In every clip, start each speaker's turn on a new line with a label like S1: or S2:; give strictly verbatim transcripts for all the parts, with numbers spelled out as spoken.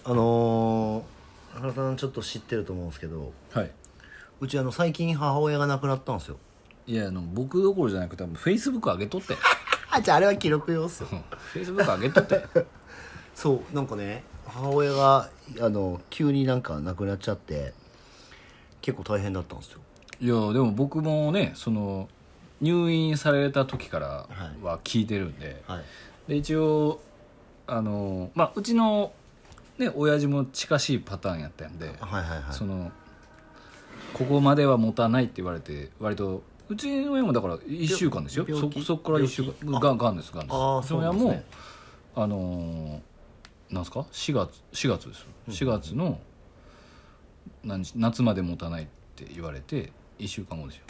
S1: あのー、原さんちょっと知ってると思うんですけど、
S2: はい。
S1: うちあの最近母親が亡くなったんですよ。
S2: いやあの僕どころじゃなくてフェイスブック上げとって
S1: あ、じゃああれは記録用っすよ。
S2: フェイスブック上げとって
S1: そうなんかね、母親があの急になんか亡くなっちゃって結構大変だったんですよ。
S2: いやでも僕もねその入院された時からは聞いてるんで、
S1: はい、
S2: で一応あのまあうちのね親父も近しいパターンやったんで、
S1: はいはいはい、
S2: そのここまでは持たないって言われて割とうちの親もだからいっしゅうかんですよ。そそこからいっしゅうかんがんがんですがんです。
S1: あ
S2: うちの親もあのー、なんすかしがつしがつですしがつの何日夏まで持たないって言われていっしゅうかんごです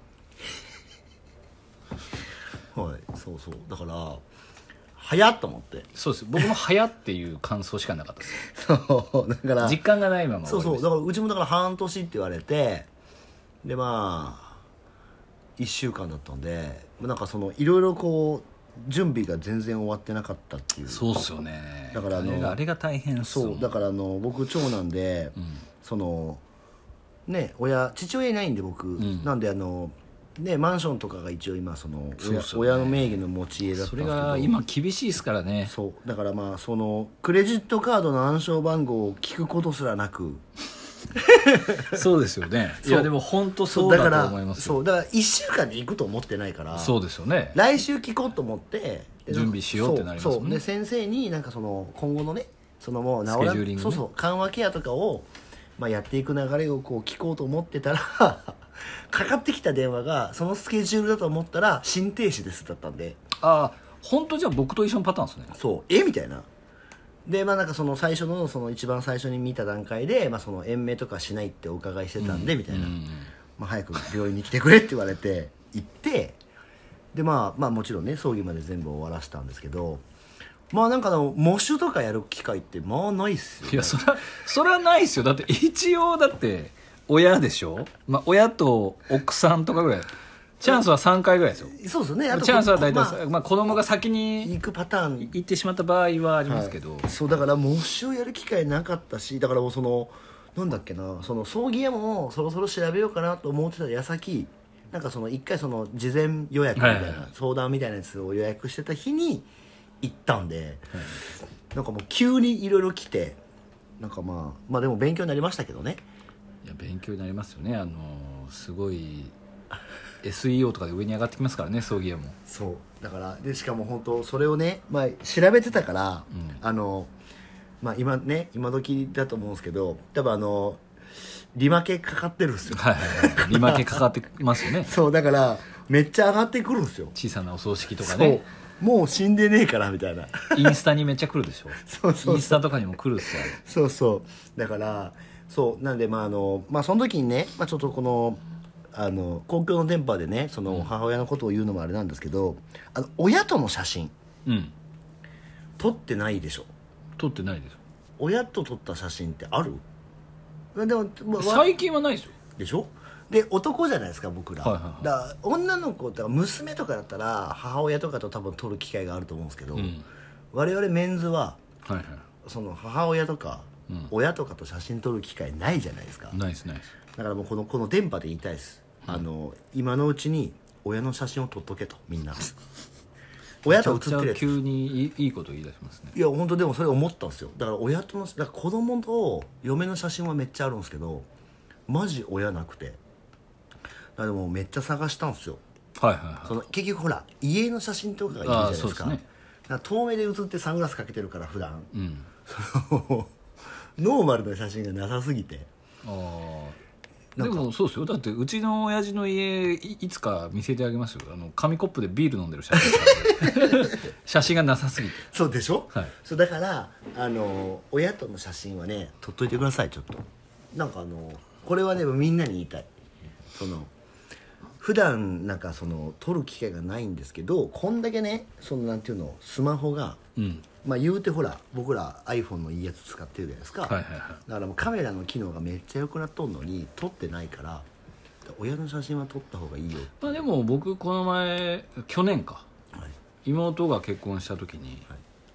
S1: よ。はい、そうそうだから早っと思って。
S2: そうです。僕も早っていう感想しかなかったです
S1: そうだから
S2: 実感がないまま終わりました。
S1: そうそうだからうちもだから半年って言われて、でまあいっしゅうかんだったんで、なんかそのいろいろこう準備が全然終わってなかったっていう。
S2: そうっすよね。
S1: だからあの
S2: あれがあれが大変っすよ。
S1: そうだからあの僕長男で、うん、そのね親父親いないんで僕、うん、なんであのねマンションとかが一応今その 親, そ、ね、親の名義の持ち家だったんですけど、
S2: それが今厳しいですからね。
S1: そうだからまあそのクレジットカードの暗証番号を聞くことすらなく
S2: そうですよね。いやでも本当そうだと思いますよ。
S1: そうだからいっしゅうかんで行くと思ってないから。
S2: そうですよね。
S1: 来週聞こうと思って
S2: 準備しようってなりますもんね。
S1: そうそうで先生になんかその今後のねそのもう治ら、ね、そうそう緩和ケアとかを、まあ、やっていく流れをこう聞こうと思ってたらかかってきた電話がそのスケジュールだと思ったら心停止ですだったんで、
S2: ああ本当じゃあ僕と一緒のパターンですね。
S1: そうえみたいな。でまあなんかその最初のその一番最初に見た段階で、まあ、その延命とかしないってお伺いしてたんで、うん、みたいな、うんまあ、早く病院に来てくれって言われて行ってで、まあ、まあもちろんね葬儀まで全部終わらせたんですけど、まあなんかの喪主とかやる機会ってまあないっすよ、ね、
S2: いやそれはそれはないっすよ。だって一応だって親でしょ、まあ、親と奥さんとかぐらいチャンスはさんかいぐらいですよ。
S1: そうですね。あと
S2: チャンスは大体、まあまあ、子供が先に
S1: 行くパターン
S2: 行ってしまった場合はありますけど、
S1: はい、そうだから喪主をやる機会なかったし、だからもうそのなんだっけな、その葬儀屋もそろそろ調べようかなと思ってた矢先、なんかその一回その事前予約みたいな、はいはいはい、相談みたいなやつを予約してた日に行ったんで、はい、なんかもう急にいろいろ来て、なんかまあまあでも勉強になりましたけどね。
S2: いや勉強になりますよね。あのすごいエスイーオー とかで上に上がってきますからね、葬儀屋も。
S1: そうだからでしかも本当それをね、まあ、調べてたから、うん、あのまあ今ね今時だと思うんですけど、多分あの利負けかかってるんですよ。
S2: はいはいはい、利負けかかってますよね。
S1: そうだからめっちゃ上がってくるんですよ。
S2: 小さなお葬式とかね。
S1: もう死んでねえからみたいな。
S2: インスタにめっちゃ来るでしょ。そうそうそう、インスタとかにも来るっすよ。
S1: そうそうだからそうなんでまああのまあその時にね、まあ、ちょっとこのあの公共の電波でねその母親のことを言うのもあれなんですけど、あの親との写真、うん、撮ってないでしょ。
S2: 撮ってないです。
S1: 親と撮った写真ってある？でも、
S2: まあ、最近はないですよ。
S1: でしょ。で男じゃないですか僕ら、はいはいはい、だから女の子とか娘とかだったら母親とかと多分撮る機会があると思うんですけど、うん、我々メンズは、はいはい、その母親とか、うん、親とかと写真撮る機会ないじゃないですか。
S2: ないですないです。
S1: だからもうこのこの電波で言いたいです、うん、あの今のうちに親の写真を撮っとけとみんな親と写ってるやつ。
S2: 急にいいこと言い出しますね。
S1: いや本当でもそれ思ったんですよ。だから親とのだから子供と嫁の写真はめっちゃあるんですけどマジ親なくて、だからでもめっちゃ探したんですよ。
S2: はいはいはい。
S1: その結局ほら家の写真とかがいるじゃないですか。そうですね。だから遠目で写ってサングラスかけてるから普段、うん、ノーマルな写真がなさすぎて。ああ
S2: でもそうですよ。だってうちの親父の家 い, いつか見せてあげますよ。あの紙コップでビール飲んでる写真写真がなさすぎて。
S1: そうでしょ、はい、そうだからあの親との写真はね撮っといてください。ちょっとなんかあのこれはねみんなに言いたい。その普段なんかその撮る機会がないんですけど、こんだけねそのなんていうのスマホが、うん、まあ言うてほら僕ら iPhone のいいやつ使ってるじゃないですか、はいはいはい、だからもうカメラの機能がめっちゃ良くなっとんのに撮ってないから、親の写真は撮った方がいいよ。
S2: まあでも僕この前去年か、はい、妹が結婚した時に、はい、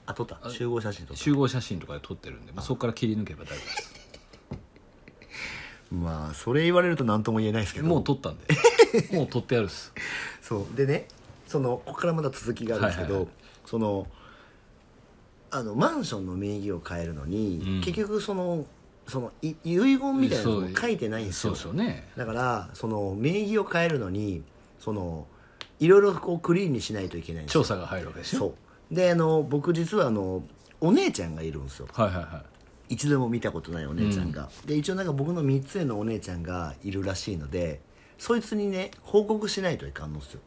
S1: あ撮った集合写真撮った。
S2: 集合写真とかで撮ってるんで、まあ、そこから切り抜けば大丈夫です。
S1: まあそれ言われると何とも言えないですけど、
S2: もう撮ったんでもう撮ってあるっす。
S1: そうでね、そのここからまだ続きがあるんですけど、はいはいはい、そのあのマンションの名義を変えるのに、うん、結局そのその遺言みたいなのも書いてないんですよ。
S2: そうですよね。
S1: だからその名義を変えるのにそのいろいろこうクリーンにしないといけないんですよ。
S2: 調査が入るわけですよ。
S1: そうであの僕実はあのお姉ちゃんがいるんですよ。
S2: はいはいはい。
S1: 一度も見たことないお姉ちゃんが、うん、で一応なんか僕のみっつ上のお姉ちゃんがいるらしいので、そいつにね報告しないといかんのですよ。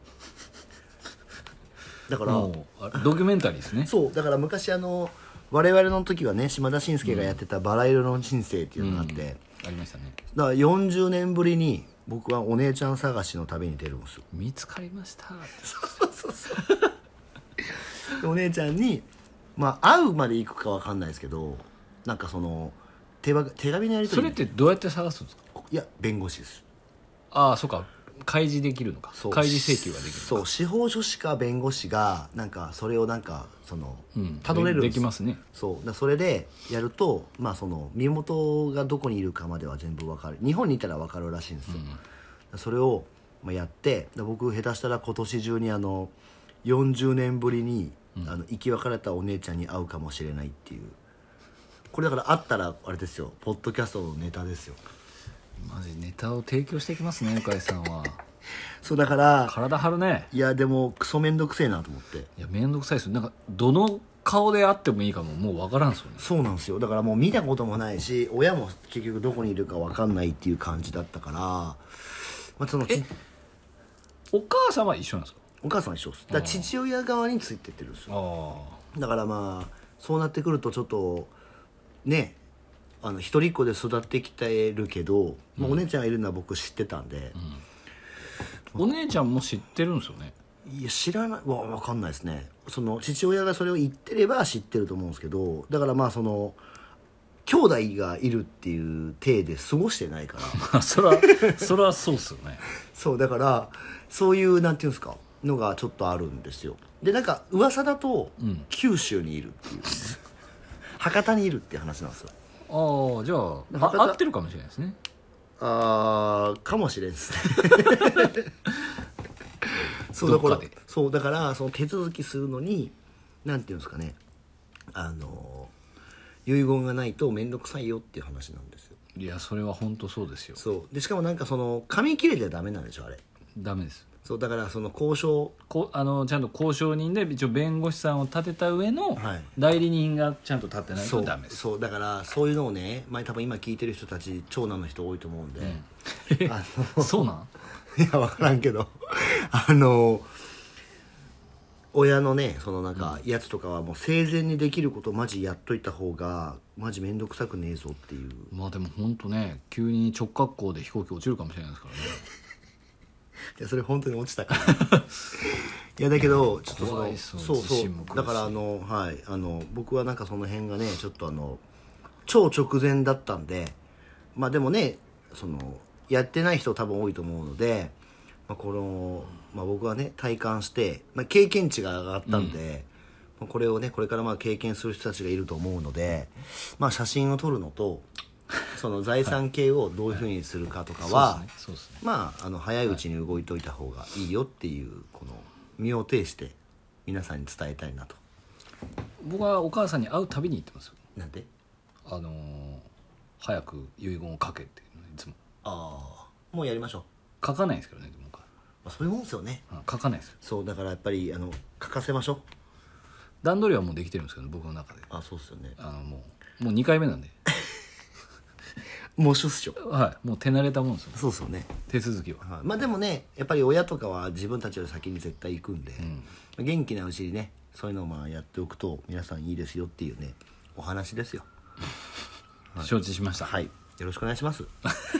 S1: だから
S2: ドキュメンタリーですね。
S1: そうだから昔あの我々の時はね島田紳介がやってた「バラ色の人生」っていうのがあって、うんうん、
S2: ありましたね。
S1: だからよんじゅうねんぶりに僕はお姉ちゃん探しの旅に出るんですよ。
S2: 見つかりました
S1: そうそうそうお姉ちゃんにまあ会うまで行くか分かんないですけど、なんかその 手, 手紙のやり取り。
S2: それってどうやって探すんですか？
S1: いや弁護士です。
S2: ああそうか、開示できるのか。開示請求ができるのか。
S1: そう司法書士か弁護士がなんかそれをなんかそのたど、
S2: うん、
S1: れるんです。
S2: できますね。
S1: そうだそれでやると、まあ、その身元がどこにいるかまでは全部分かる。日本にいたら分かるらしいんですよ、うん、それをまあやって僕下手したら今年中にあのよんじゅうねんぶりに、うん、あの生き別れたお姉ちゃんに会うかもしれないっていう。これだから会ったらあれですよ、ポッドキャストのネタですよ。
S2: マジネタを提供していきますね向井さんは。
S1: そうだから
S2: 体張るね。
S1: いやでもクソめんどくせえなと思って。
S2: いやめんどくさいですよ。なんかどの顔で会ってもいいかももう分からんすよね。
S1: そうなんですよ。だからもう見たこともないし親も結局どこにいるか分かんないっていう感じだったから、まあ、その
S2: えお母さんは一緒なんですか？
S1: お母さんは一緒です。だから父親側についてってるんですよ。だからまあそうなってくるとちょっとね、あの一人っ子で育ってきてるけど、まあ、お姉ちゃんがいるのは僕知ってたんで、
S2: うん、お姉ちゃんも知ってるんですよね？
S1: いや知らないわ分かんないですね。その父親がそれを言ってれば知ってると思うんですけど、だからまあその兄弟がいるっていう体で過ごしてないから
S2: まあそれはそれはそうっすよね。
S1: そうだからそういうなんていうんですかのがちょっとあるんですよ。でなんか噂だと、うん、九州にいるっていう博多にいるっていう話なんですよ。
S2: ああじゃああ合ってるかもしれないですね。
S1: ああかもしれんですねそうだからそうだからその手続きするのになんていうんですかね、あの遺言がないと面倒くさいよっていう話なんですよ。
S2: いやそれは本当そうですよ。
S1: そうでしかもなんかその紙切れじゃダメなんでしょあれ。
S2: ダメです。
S1: そうだからその交渉
S2: こあのちゃんと交渉人で一応弁護士さんを立てた上の代理人がちゃんと立ってないとダメです。
S1: そう、そうだからそういうのをね、まあ、多分今聞いてる人たち長男の人多いと思うんで、うん、
S2: あのそうなん
S1: いや分からんけどあの親のねそのなんかやつとかはもう生前にできることをマジやっといた方がマジ面倒くさくねえぞっていう。
S2: まあでも本当ね急に直角行で飛行機落ちるかもしれないですからね
S1: いやそれ本当に落ちたからいやだけどちょっとそのそうそうだからあのはいあの僕はなんかその辺がねちょっとあの超直前だったんで、まあでもねそのやってない人多分多いと思うので、まあ、この、まあ、僕はね体感して、まあ、経験値が上がったんで、うん、これをねこれからまあ経験する人たちがいると思うので、まあ、写真を撮るのとその財産系をどういうふうにするかとかはまああの早いうちに動いといた方がいいよっていうこの身を挺して皆さんに伝えたいなと。
S2: 僕はお母さんに会うたびに言ってますよ。
S1: なんで？
S2: あのー、早く遺言を書けっていうのいつも。
S1: ああもうやりましょう。
S2: 書かないですけどねでも、ま
S1: あ、そういうもんですよね。
S2: 書かないですよ。
S1: そうだからやっぱりあの書かせましょう。
S2: 段取りはもうできてるんですけど僕の中で。
S1: あそうっすよね。
S2: あのもうもうにかいめなんで
S1: もう出所
S2: はいもう手慣れたもんですよ。
S1: そうっすよね
S2: 手続きは、
S1: はい、まあでもねやっぱり親とかは自分たちより先に絶対行くんで、うん、元気なうちにねそういうのをまあやっておくと皆さんいいですよっていうねお話ですよ、
S2: はい、承知しました。
S1: はいよろしくお願いします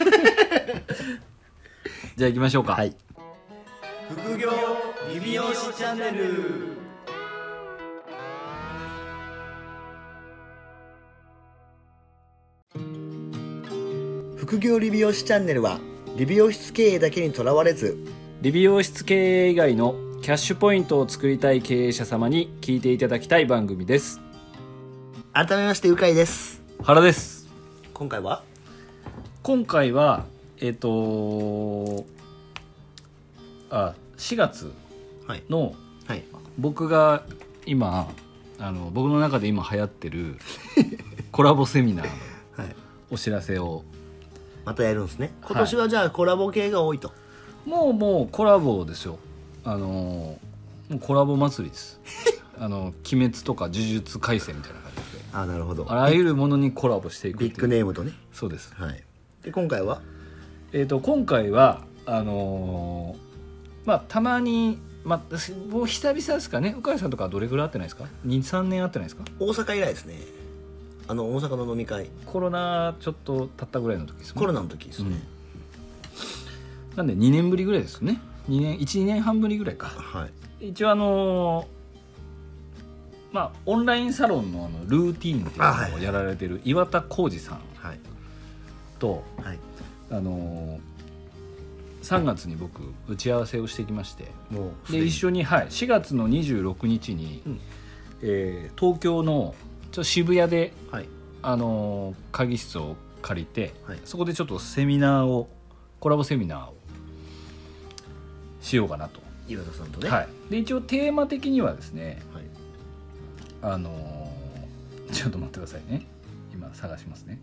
S2: じゃあ行きましょうか。はい。
S1: 副業リビオシチャンネル。副業理美容師チャンネルは理美容室経営だけにとらわれず
S2: 理美容室経営以外のキャッシュポイントを作りたい経営者様に聞いていただきたい番組です。
S1: 改めましてうかいです。
S2: 原です。
S1: 今回は
S2: 今回はえっ、ー、とあしがつの、はいはい、僕が今あの僕の中で今流行ってるコラボセミナーのお知らせを
S1: またやるんですね。今年はじゃあコラボ系が多いと。
S2: もうもうコラボですよ。あのもうコラボ祭りです。あの鬼滅とか呪術廻戦みたいな感じで、
S1: あ、なるほど、
S2: あらゆるものにコラボしていくっていう
S1: ビッグネームとね。
S2: そうです、
S1: はい、で今回は
S2: えーと今回はあのー、まあたまに、まあ、もう久々ですかね。鵜飼さんとかはどれぐらい会ってないですか？ にさん 年会ってないですか？
S1: 大阪以来ですね。あの大阪の飲み会、
S2: コロナちょっと経ったぐらいの時ですもんね。
S1: コロナの時ですね、
S2: うん、なんでにねんぶりぐらいですね。にねんいち、にねんはんぶりぐらいか、
S1: はい、
S2: 一応あのーまあ、オンラインサロン の, あのルーティーンっていうのをやられてる岩田浩二さんと、はい、あのー、さんがつに僕打ち合わせをしてきまして、もうで一緒に、はい、しがつのにじゅうろくにちに、うん、えー、東京のちょ渋谷で、はい、あのー、会議室を借りて、はい、そこでちょっとセミナーをコラボセミナーをしようかなと。
S1: 岩田さんとね、
S2: はい、で一応テーマ的にはですね、はい、あのー、ちょっと待ってくださいね、今探しますね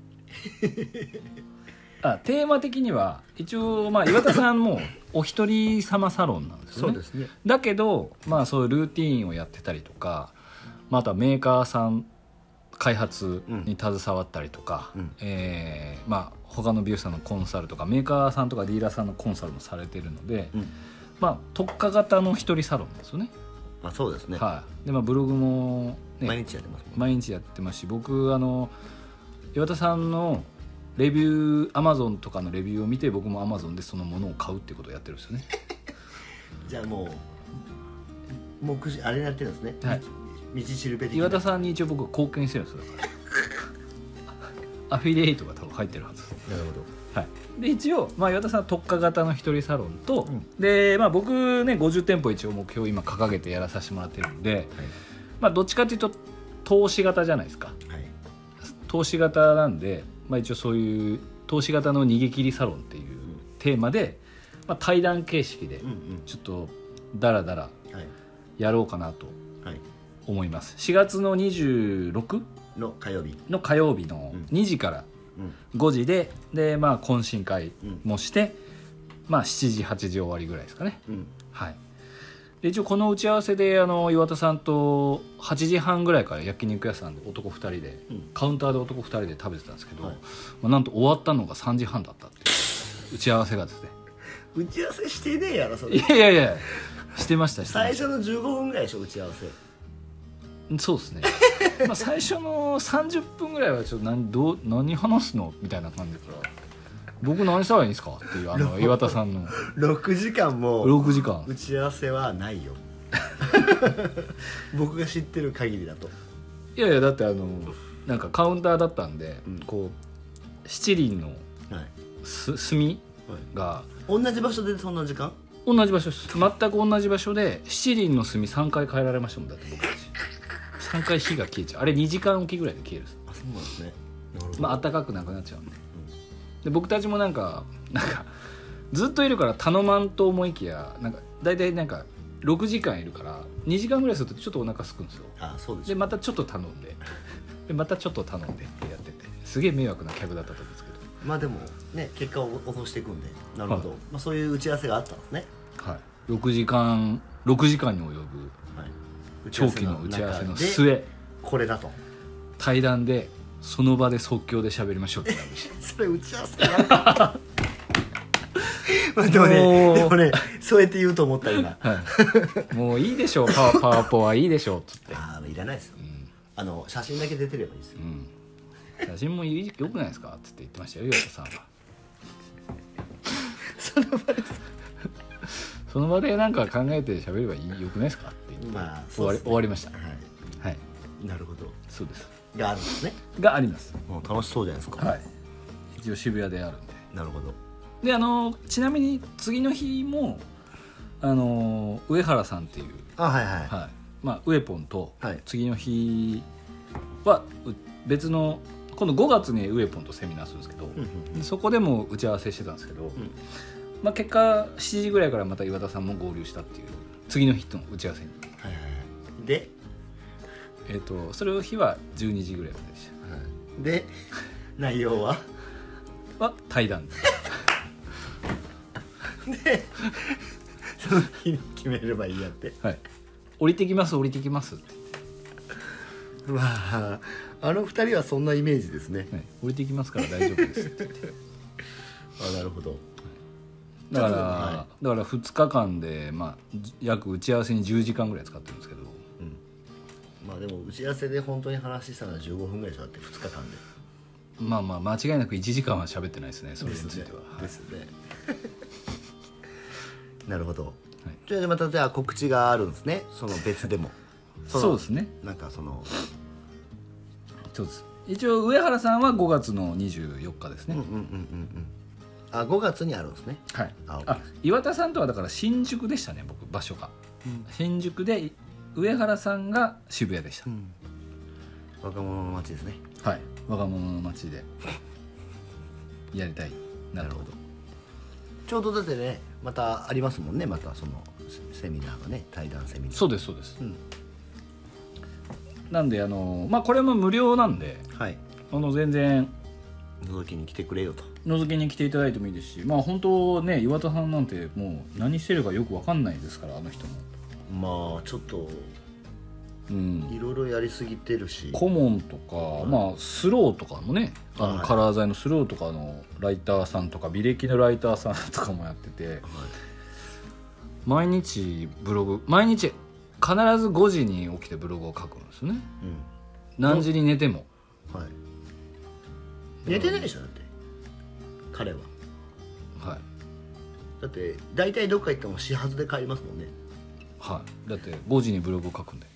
S2: あテーマ的には一応、まあ、岩田さんもお一人様サロンなんですよね。
S1: そうですね。
S2: だけど、まあ、そういうルーティーンをやってたりとか、またメーカーさん開発に携わったりとか、うん、えーまあ、他の美容師さんのコンサルとかメーカーさんとかディーラーさんのコンサルもされてるので、うん、まあ、特化型の一人サロンですよね。
S1: まあ、そうですね、
S2: はい。で、まあ、ブログも、ね、
S1: 毎日やってますもんね。
S2: 毎日やってますし、僕あの岩田さんのレビュー Amazon とかのレビューを見て僕も Amazon でそのものを買うっていうことをやってるんですよね
S1: じゃあもう目次あれやってるんですね、はい、道しるべ的な。
S2: 岩田さんに一応僕は貢献してるんですよ。だからアフィリエイトが多分入ってるはずです。
S1: なるほど、
S2: はい、で一応、まあ、岩田さんは特化型の一人サロンと、うん、で、まあ、僕ねごじゅってんぽ一応目標今掲げてやらさせてもらってるんで、はい、まあ、どっちかというと投資型じゃないですか、はい、投資型なんで、まあ、一応そういう投資型の逃げ切りサロンっていうテーマで、まあ、対談形式でちょっとダラダラやろうかなと思います。しがつのにじゅうろく
S1: の火曜日
S2: の火曜日のにじからごじで、で、まあ、懇親会もして、まあ、しちじはちじ終わりぐらいですかね、うん、はい。で一応この打ち合わせであの岩田さんとはちじはんぐらいから焼肉屋さんで男ふたりで、うん、カウンターで男ふたりで食べてたんですけど、はい、まあ、なんと終わったのがさんじはんだったっていう打ち合わせがですね
S1: 打ち合わせしてねえやろそれ。
S2: いやいやいやしてました。してました。
S1: 最初のじゅうごふんぐらいでしょ打ち合わせ。
S2: そうですねまあ最初のさんじゅっぷんぐらいはちょっと 何, どう何話すのみたいな感じだから、僕何したらいいんですかっていうあの岩田さんの
S1: ろくじかんも
S2: ろくじかん
S1: 打ち合わせはないよ僕が知ってる限りだと。
S2: いやいやだってあのなんかカウンターだったんで、うん、こう七輪のす、はい、炭が、はい、
S1: 同じ場所でそんな時間。
S2: 同じ場所です。全く同じ場所で七輪の炭さんかい変えられましたもん。だって僕たちさんかい火が消えちゃう。あれにじかんおきぐらいで消える。
S1: あ、そうなんですね。
S2: まあ暖かくなくなっちゃうんで、で僕たちもなんかなんかずっといるから頼まんと思いきや、なんか大体なんかろくじかんいるからにじかんぐらいするとちょっとお腹すくんですよ。
S1: あ、そうです。
S2: でまたちょっと頼んででまたちょっと頼んでってやってて、すげえ迷惑な客だったと思うんですけど、
S1: まあでもね結果を落としていくんで。なるほど、はい、まあ、そういう打ち合わせがあったんですね。
S2: はい。ろくじかんろくじかんに及ぶ、はい、長期の打ち合わせの末
S1: これだと
S2: 対談でその場で即興で喋りましょうってなるし
S1: それ打ち合わせなんかまあでもねでもねそうやって言うと思った今、
S2: はい、もういいでしょう、パワパワポはいいでしょうっつって。
S1: ああ、いらないですよ、うん、あの写真だけ出てればいいですよ、
S2: うん、写真もよくないですかっつって言ってましたよ岩田さんは
S1: その場で
S2: その場でなんか考えて喋ればいいよくないですかって言って、まあそうですね、終わり終わりました。はい、はい、
S1: なるほど。
S2: そうです。
S1: があるんですね。
S2: があります。
S1: もう楽しそうじゃないですか。
S2: はい。一応渋谷であるんで。
S1: なるほど。
S2: であのちなみに次の日もあの上原さんっていう、
S1: あ、はいはい、
S2: はい、まあウエポンと次の日は別の今度ごがつにウエポンとセミナーするんですけど、うんうん、そこでも打ち合わせしてたんですけど、うんまあ、結果しちじぐらいからまた岩田さんも合流したっていう次の日の打ち合わせに、
S1: はいはいはい、で、
S2: えー、とそれを日はじゅうにじぐらいまででした、
S1: はい、で内容は
S2: は対談
S1: でその日に決めればいいやって、
S2: はい、降りてきます降りてきますって
S1: まああのふたりはそんなイメージですね、
S2: はい、降りてきますから大丈夫ですって
S1: あなるほど
S2: だから、はい、だからふつかかんで、まあ、約打ち合わせにじゅうじかんぐらい使ってるんですけど、
S1: うん、まあでも打ち合わせで本当に話したのはじゅうごふんぐらいでしょだってふつかかんで
S2: まあまあ間違いなくいちじかんは喋ってないですねそれについては
S1: ですね、はい、なるほど、はい、じゃあまたじゃあ告知があるんですねその別でも
S2: そそうですね
S1: なんかその
S2: そうです一応上原さんはごがつのにじゅうよっかですね、うんうんうんうん
S1: あごがつにあるんですね
S2: はいああ岩田さんとはだから新宿でしたね僕場所が、うん、新宿で上原さんが渋谷でした、うん、
S1: 若者の街ですね
S2: はい若者の街でやりたいなるほど
S1: ちょうどだってねまたありますもんねまたそのセミナーがね対談セミナー
S2: そうですそうです、うん、なんであのまあこれも無料なんで、はい、あの全然
S1: 覗きに来てくれよと
S2: 覗きに来ていただいてもいいですしまあ本当ね岩田さんなんてもう何してるかよく分かんないですからあの人
S1: もまあちょっといろいろやりすぎてるし
S2: 顧問とか、はい、まあスローとかもねあの、はい、カラー剤のスローとかのライターさんとか履歴のライターさんとかもやってて、はい、毎日ブログ毎日必ずごじに起きてブログを書くんですよね、うん、何時に寝ても、はい、
S1: 寝てないでしょだって彼ははいだって大体どっか行っても始発で帰りますもんね
S2: はいだってごじにブログを書くん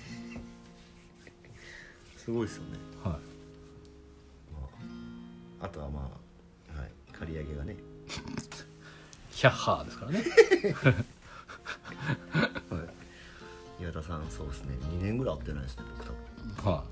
S2: です
S1: ごいですよねはい、まあ、あとはまあ、はい、刈り上げがね
S2: ヒャッハーですからね、
S1: はい、岩田さんそうですねにねんぐらい会ってないですね僕多
S2: 分はい、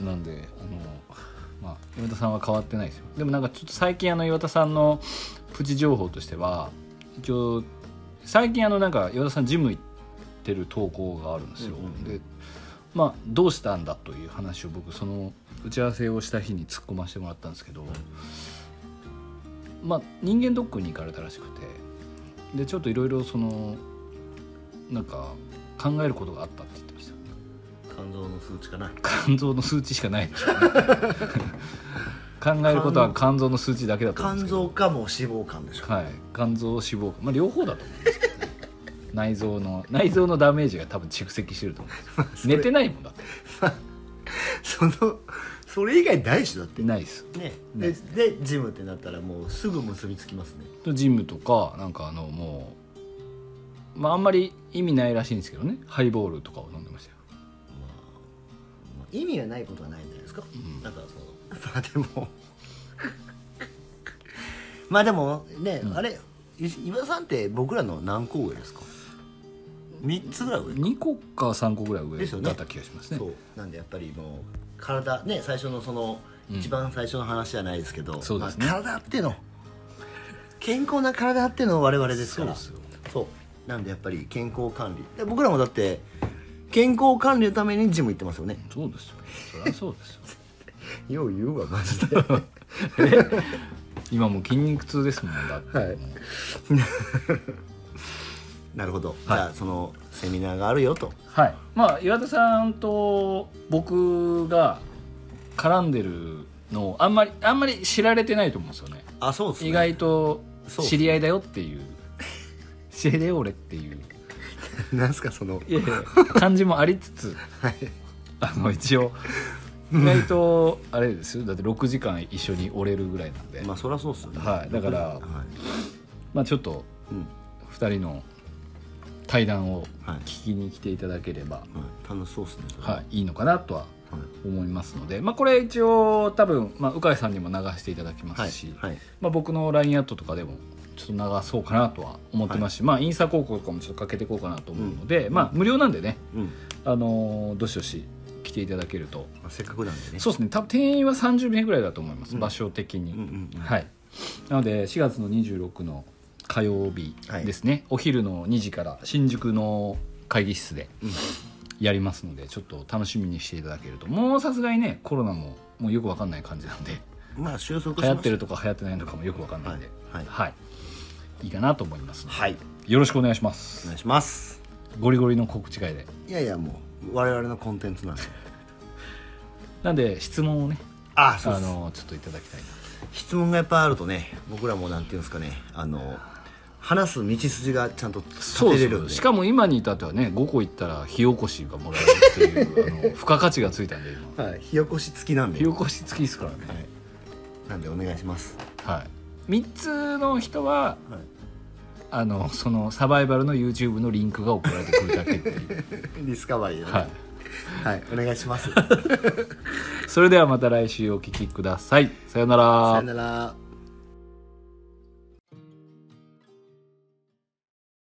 S2: なんであのまあ、岩田さんは変わってないですよでもなんかちょっと最近あの岩田さんのプチ情報としては一応最近あのなんか岩田さんジム行ってる投稿があるんですよ、うんうん、でまあどうしたんだという話を僕その打ち合わせをした日に突っ込ませてもらったんですけど、まあ人間ドックに行かれたらしくてでちょっといろいろそのなんか考えることがあったって言ってました
S1: 肝臓の数値かな
S2: 肝臓の数値しかないでしょうね考えることは肝臓の数値だけだと思うんですけど
S1: 肝臓かもう脂肪肝でしょ
S2: はい肝臓脂肪肝まあ両方だと思うんですけど、ね、内臓の内臓のダメージが多分蓄積してると思うんです寝てないもんだって
S1: そのそれ以外ないでしょだって
S2: ないです
S1: ねででジムってなったらもうすぐ結びつきますね
S2: ジムとかなんかあのもうまああんまり意味ないらしいんですけどねハイボールとかを飲んでましたよ
S1: 意味がないことはないんじゃないですか、うん、なんかそのまあでもまあでもね、うん、あれ岩田さんって僕らの何個上ですかみっつぐらい上
S2: にこかさんこぐらい上だった気がしますね
S1: そうなんでやっぱりもう体ね最初のその、うん、一番最初の話じゃないですけど、そうですね、まあ、体あっての健康な体あっての我々ですからそうですよそうなんでやっぱり健康管理で僕らもだって健康管理のためにジム行ってますよね
S2: そうですよそりゃそうです
S1: よよう言うわマジで
S2: 今もう筋肉痛ですもんだって、はい、
S1: なるほど、はい、じゃあそのセミナーがあるよと
S2: はいまあ岩田さんと僕が絡んでるのをあんまりあんまり知られてないと思うんですよね
S1: あそうですね
S2: 意外と知り合いだよっていう知り合いだよ俺っていう
S1: なんすかその
S2: いやいや感じもありつつ、はい、あの一応意外とあれですよだってろくじかん一緒に折れるぐらいなんで
S1: まあそりゃそうっすよね、
S2: はい、だから、はい、まあちょっとふたりの対談を聞きに来ていただければ、はい
S1: はい、楽しそうっすね
S2: はい、いいのかなとは思いますので、まあ、これ一応多分、まあ、鵜飼さんにも流していただきますし、はいはい、まあ、僕の ライン アットとかでもちょっと流そうかなとは思ってますし、はい、まあ、インスタ広告とかもちょっとかけていこうかなと思うので、うん、まあ、無料なんでね、うん、あのー、どしどし来ていただけると、
S1: せっかくなんでね。
S2: そうですね、多分定員はさんじゅうめいぐらいだと思います、うん、場所的に、うんうんうん、はい。なのでしがつのにじゅうろくの火曜日ですね、はい、お昼のにじから新宿の会議室でやりますので、ちょっと楽しみにしていただけると。もうさすがにねコロナももうよく分かんない感じなんで、
S1: まあ収束します。
S2: 流行ってるとか流行ってないのかもよく分かんないんで、はい、はいはい、いいかなと思いますので、
S1: はい、
S2: よろしくお願いします。
S1: お願いします。
S2: ゴリゴリの告知会で。
S1: いやいや、もう我々のコンテンツなんで
S2: なんで質問をね、
S1: あそうです、
S2: あのちょっといただきたいな。
S1: 質問がやっぱあるとね、僕らもなんていうんですかね、あの話す道筋がちゃんと立てれるんで。そうそう、
S2: しかも今に至ってはねごこ行ったら火起こしがもらえるっていうあの付加価値がついたんで今、
S1: はい、火起こし付きなんで。
S2: 火起こし付きですからね、はい、
S1: なんでお願いします。
S2: はい、みっつの人は、はい、あのそのサバイバルの YouTube のリンクが送られてくるだけっていう
S1: ディスカバリーでね、はいはい、お願いします
S2: それではまた来週お聞きください。さよなら。
S1: さよなら。